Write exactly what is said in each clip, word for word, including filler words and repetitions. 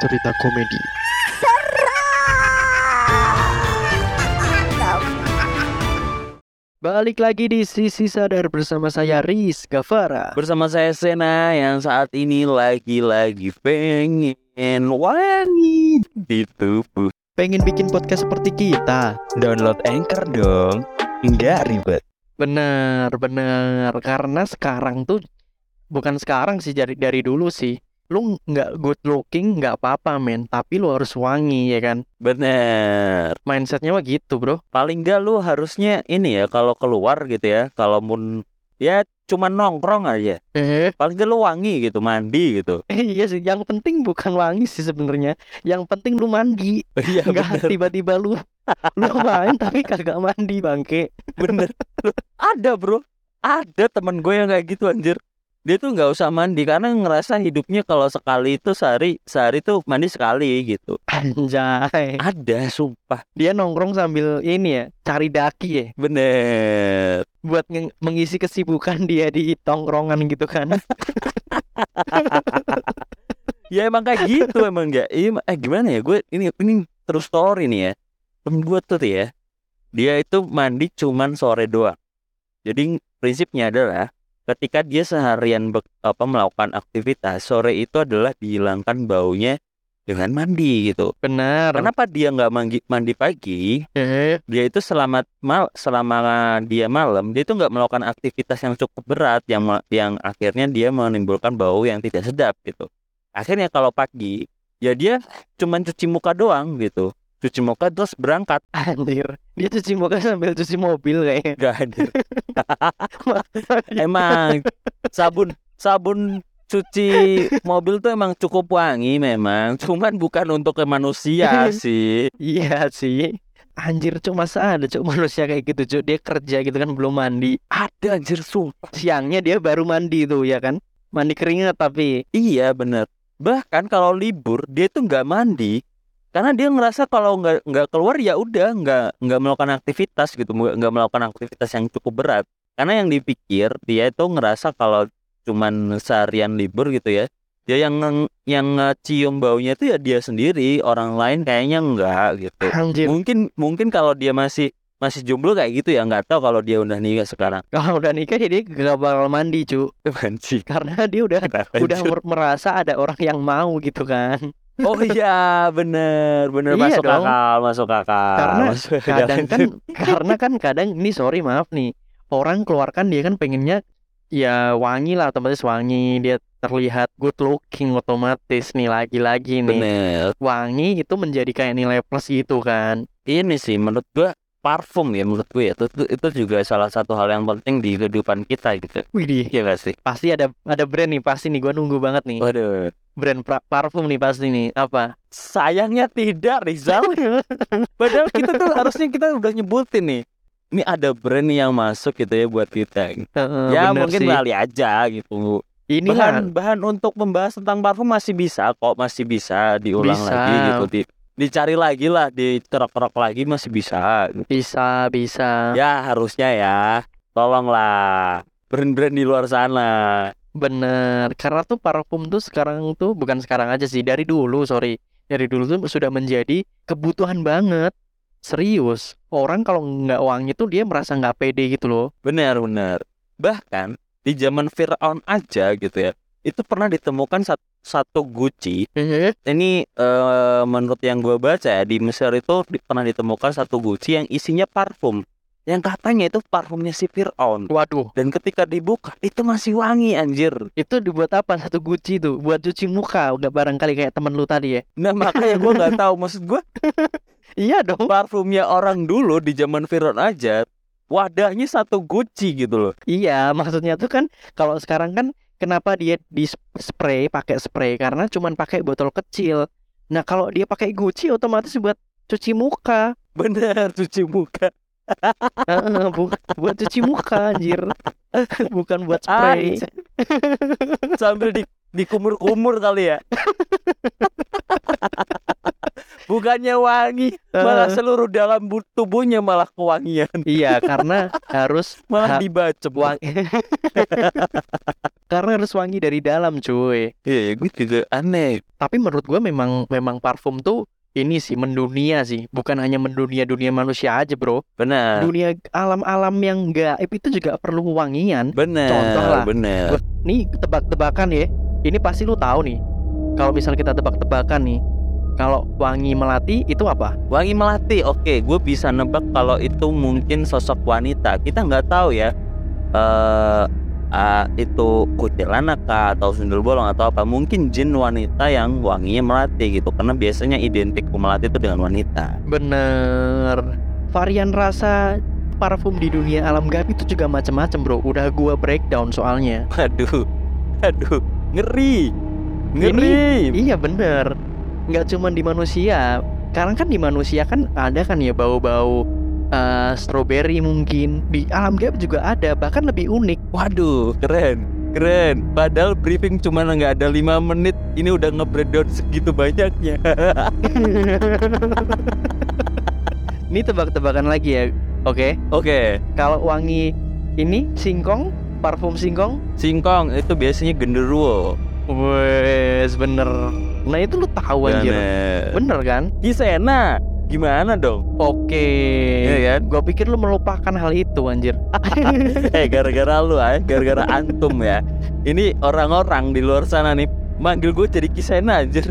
cerita komedi. Balik lagi di Sisi Sadar bersama saya Riz Gavara. Bersama saya Sena yang saat ini lagi-lagi pengen wangi ditubuh. Pengen bikin podcast seperti kita? Download Anchor dong, nggak ribet. Bener, bener. Karena sekarang tuh, bukan sekarang sih, dari, dari dulu sih, lu nggak good looking nggak apa-apa men, tapi lu harus wangi ya kan. Bener. Mindsetnya mah gitu bro. Paling nggak lu harusnya ini ya, kalau keluar gitu ya, kalau mun ya cuma nongkrong aja, Eh, paling nggak lu wangi gitu, mandi gitu. eh iya sih, yang penting bukan wangi sih sebenarnya. Yang penting lu mandi. Iya Nggak bener, tiba-tiba lu lu main tapi kagak mandi bangke. bener. Ada bro, ada temen gue yang kayak gitu anjir. Dia tuh nggak usah mandi karena ngerasa hidupnya kalau sekali itu sehari sehari tuh mandi sekali gitu. Anjay. Ada, sumpah. Dia nongkrong sambil ini ya, cari daki ya, Bener. buat nge- mengisi kesibukan dia di tongkrongan gitu kan. Ya emang kayak gitu emang nggak. Iya, eh gimana ya, gue ini ini terus story nih ya. Temen gue tuh, tuh ya, dia itu mandi cuman sore doang. Jadi prinsipnya adalah ketika dia seharian be- apa melakukan aktivitas, sore itu adalah dihilangkan baunya dengan mandi gitu. Benar. Kenapa dia nggak mandi, mandi pagi? Eh, Dia itu selama mal selama dia malam, dia itu nggak melakukan aktivitas yang cukup berat, yang ma- yang akhirnya dia menimbulkan bau yang tidak sedap gitu. Akhirnya kalau pagi, ya dia cuman cuci muka doang gitu, cuci muka terus berangkat. anjir. Dia cuci muka sambil cuci mobil kayaknya. Gak hadir. Emang sabun sabun cuci mobil tuh emang cukup wangi memang, cuman bukan untuk ke manusia sih. Iya sih. Anjir, cuk, masa ada cuk manusia kayak gitu cuk. Dia kerja gitu kan belum mandi. Ada anjir, sumpah. Siangnya dia baru mandi tuh ya kan. Mandi keringat tapi. Iya bener. Bahkan kalau libur dia tuh nggak mandi karena dia ngerasa kalau nggak nggak keluar ya udah nggak nggak melakukan aktivitas gitu, nggak nggak melakukan aktivitas yang cukup berat. Karena yang dipikir dia itu ngerasa kalau cuman seharian libur gitu ya, dia yang nge- yang ngecium baunya itu ya dia sendiri, orang lain kayaknya enggak gitu. Anjir. Mungkin mungkin kalau dia masih masih jomblo kayak gitu ya, nggak tahu kalau dia udah nikah sekarang. Kalau udah nikah ya dia gak bakal mandi cu. Bukan sih. Karena dia udah Kenapa, udah Cuk? mer- merasa ada orang yang mau gitu kan. Oh iya, bener, bener. Iya Masuk dong. akal, masuk akal. Karena Masuk akal. kadang kan karena kan kadang ini sorry maaf nih, orang keluarkan dia kan pengennya ya wangi lah, otomatis wangi, dia terlihat good looking otomatis nih, lagi-lagi nih Bener. wangi itu menjadi kayak nilai plus gitu kan. Ini sih menurut gua parfum ya, menurut gue ya, itu, itu, itu juga salah satu hal yang penting di kehidupan kita gitu. Widih, Iya gak sih? pasti ada ada brand nih, pasti nih gua nunggu banget nih. Waduh. Brand pra- parfum nih pasti nih. Apa? Sayangnya tidak, Rizal. Padahal kita tuh harusnya kita udah nyebutin nih. Ini ada brand nih yang masuk gitu ya buat kita. Heeh, Ya bener mungkin sih. kali aja gitu. Ini Bahan bahan untuk membahas tentang parfum masih bisa kok, masih bisa diulang Bisa. lagi gitu. Di, dicari lagi lah, dicerok-cerok lagi masih bisa. bisa bisa. Ya harusnya ya. Tolonglah brand-brand di luar sana. Bener, karena tuh parfum tuh sekarang tuh bukan sekarang aja sih, dari dulu, sorry, dari dulu tuh sudah menjadi kebutuhan banget. Serius, orang kalau nggak wangi tuh dia merasa nggak pede gitu loh. Benar-benar. Bahkan di zaman Firaun aja gitu ya, itu pernah ditemukan sat- satu guci. Eh, Ini eh, menurut yang gue baca ya, di Mesir itu di- pernah ditemukan satu guci yang isinya parfum, yang katanya itu parfumnya si Firaun. waduh, Dan ketika dibuka itu masih wangi anjir. itu dibuat apa satu guci tuh? Buat cuci muka, udah barangkali kayak temen lu tadi ya? Nah makanya gue nggak tahu, maksud gue Iya dong. parfumnya orang dulu di zaman Firaun aja wadahnya satu guci gitu loh. Iya, maksudnya tuh kan kalau sekarang kan kenapa dia di spray, pakai spray karena cuman pakai botol kecil. Nah, kalau dia pakai guci otomatis buat cuci muka. Bener, cuci muka. Heeh, bu- buat cuci muka anjir. Bukan buat spray. Ah, sambil di dikumur-kumur kali ya. Bukannya wangi, malah seluruh dalam bu- tubuhnya malah kewangian. Iya, karena harus Malah ha- dibacem. wangi. Karena harus wangi dari dalam, cuy. Iya, gue juga aneh. Tapi menurut gue memang memang parfum tuh ini sih mendunia sih, bukan hanya mendunia dunia manusia aja, bro. Benar. Dunia alam-alam yang gaib itu juga perlu wangian. Benar. Contoh lah. Benar. Gua- Nih tebak-tebakan ya. Ini pasti lu tahu nih. Kalau misal kita tebak-tebakan nih, kalau wangi melati itu apa? Wangi melati, oke, gue bisa nebak kalau itu mungkin sosok wanita. Kita nggak tahu ya, eh uh, itu kuntilanak kah atau sundel bolong atau apa. Mungkin jin wanita yang wanginya melati gitu, karena biasanya identik melati itu dengan wanita. Bener. Varian rasa parfum di dunia alam gaib itu juga macam-macam, bro. Udah gua breakdown soalnya. Aduh, aduh, ngeri, ngeri. Iya bener. Nggak cuma di manusia. Sekarang kan di manusia kan ada kan ya bau-bau uh, strawberry mungkin. Di alam gaib juga ada, bahkan lebih unik. Waduh, keren, keren. Padahal briefing cuma nggak ada lima menit, ini udah nge-breakdown segitu banyaknya. Ini tebak-tebakan lagi ya. Oke. Oke, Kalau wangi ini singkong, parfum singkong. singkong itu biasanya genderuwo. Wes bener. Nah itu lu tahu anjir. Bener. Bener kan? Kisena, gimana dong? Oke. Iya kan? Gua pikir lu melupakan hal itu anjir. Eh gara-gara lu ah, gara-gara antum ya. Ini orang-orang di luar sana nih manggil gue jadi Kisena anjir.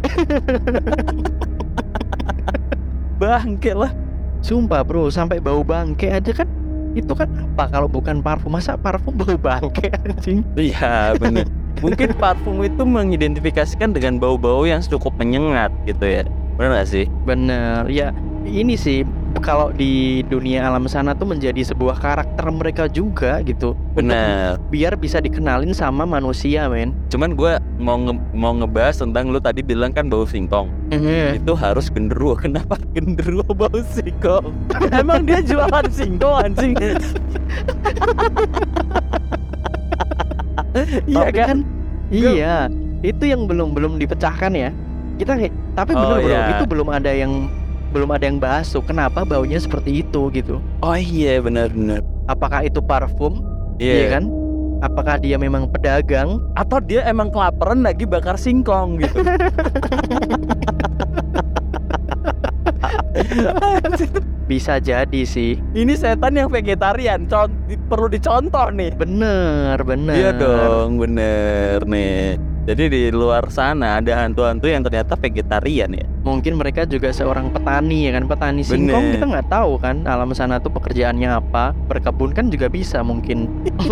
Bangke lah. Sumpah bro, sampai bau bangke aja kan. Itu kan apa kalau bukan parfum? Masa parfum bau bangke anjing? Iya bener. Mungkin parfum itu mengidentifikasikan dengan bau-bau yang cukup menyengat gitu ya. Bener gak sih? Bener. Ya ini sih kalau di dunia alam sana tuh menjadi sebuah karakter mereka juga gitu. Bener. Untuk biar bisa dikenalin sama manusia, men. Cuman gue mau nge- mau ngebahas tentang lu tadi bilang kan bau singkong. Itu harus genderuwo. Kenapa genderuwo bau singkong? Emang dia jualan singkong anjing? Iya Tapi kan? kan iya, itu yang belum belum dipecahkan ya. Kita kayak tapi bener Oh, bro, iya. itu belum ada yang belum ada yang bahas tuh kenapa baunya seperti itu gitu. Oh iya benar-benar. Apakah itu parfum? Iya Iya kan? Apakah dia memang pedagang? Atau dia emang kelaparan lagi bakar singkong gitu. Bisa jadi sih. Ini setan yang vegetarian, con- di- perlu dicontoh nih. Bener, bener. Iya dong, bener nih. Jadi di luar sana ada hantu-hantu yang ternyata vegetarian ya. Mungkin mereka juga seorang petani ya kan, petani singkong. Bener. Kita nggak tahu kan alam sana tuh pekerjaannya apa. Berkebun kan juga bisa mungkin.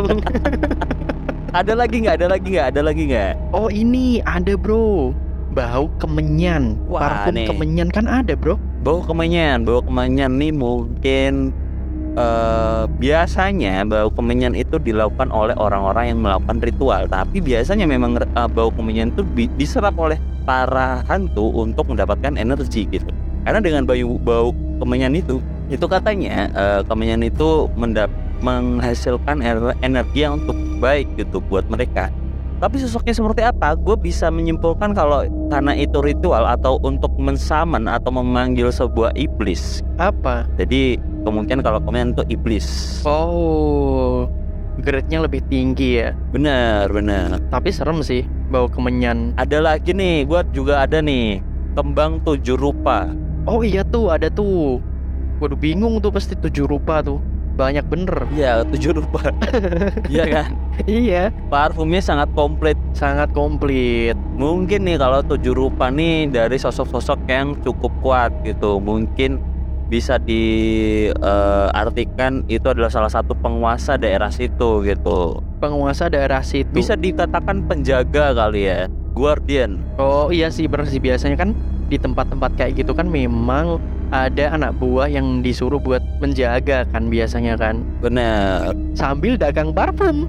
Ada lagi nggak? Ada lagi nggak? Ada lagi nggak? Oh ini ada bro, bau kemenyan. Wah, Parfum nih. kemenyan kan ada bro. Bau kemenyan, bau kemenyan nih mungkin eh, biasanya bau kemenyan itu dilakukan oleh orang-orang yang melakukan ritual. Tapi biasanya memang eh, bau kemenyan itu bi- diserap oleh para hantu untuk mendapatkan energi gitu. Karena dengan bau bau kemenyan itu, itu katanya eh, kemenyan itu mendap menghasilkan er- energi yang untuk baik gitu buat mereka. Tapi sosoknya seperti apa? Gue bisa menyimpulkan kalau karena itu ritual atau untuk mensaman atau memanggil sebuah iblis. Apa? Jadi kemungkinan kalau kemenyan itu iblis. Oh, grade-nya lebih tinggi ya. Benar, benar. Tapi serem sih bau kemenyan. Ada lagi nih, gue juga ada nih, kembang tujuh rupa. Oh iya tuh ada tuh. Waduh bingung tuh pasti tujuh rupa tuh. Banyak bener. Iya, tujuh rupa. Iya kan? Iya, Parfumnya sangat komplit. sangat komplit. Mungkin nih kalau tujuh rupa nih dari sosok-sosok yang cukup kuat gitu. Mungkin bisa diartikan itu adalah salah satu penguasa daerah situ gitu. Penguasa daerah situ. Bisa dikatakan penjaga kali ya, guardian. Oh iya sih bener sih, biasanya kan di tempat-tempat kayak gitu kan memang ada anak buah yang disuruh buat menjaga kan biasanya kan, Bener. sambil dagang parfum.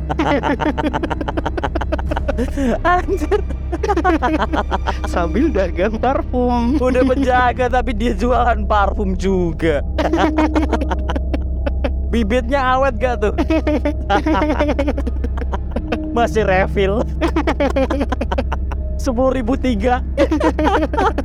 Anjir, Sambil dagang parfum. udah penjaga tapi dia jualan parfum juga. Bibitnya awet gak tuh? Masih refill. Sepuluh ribu tiga.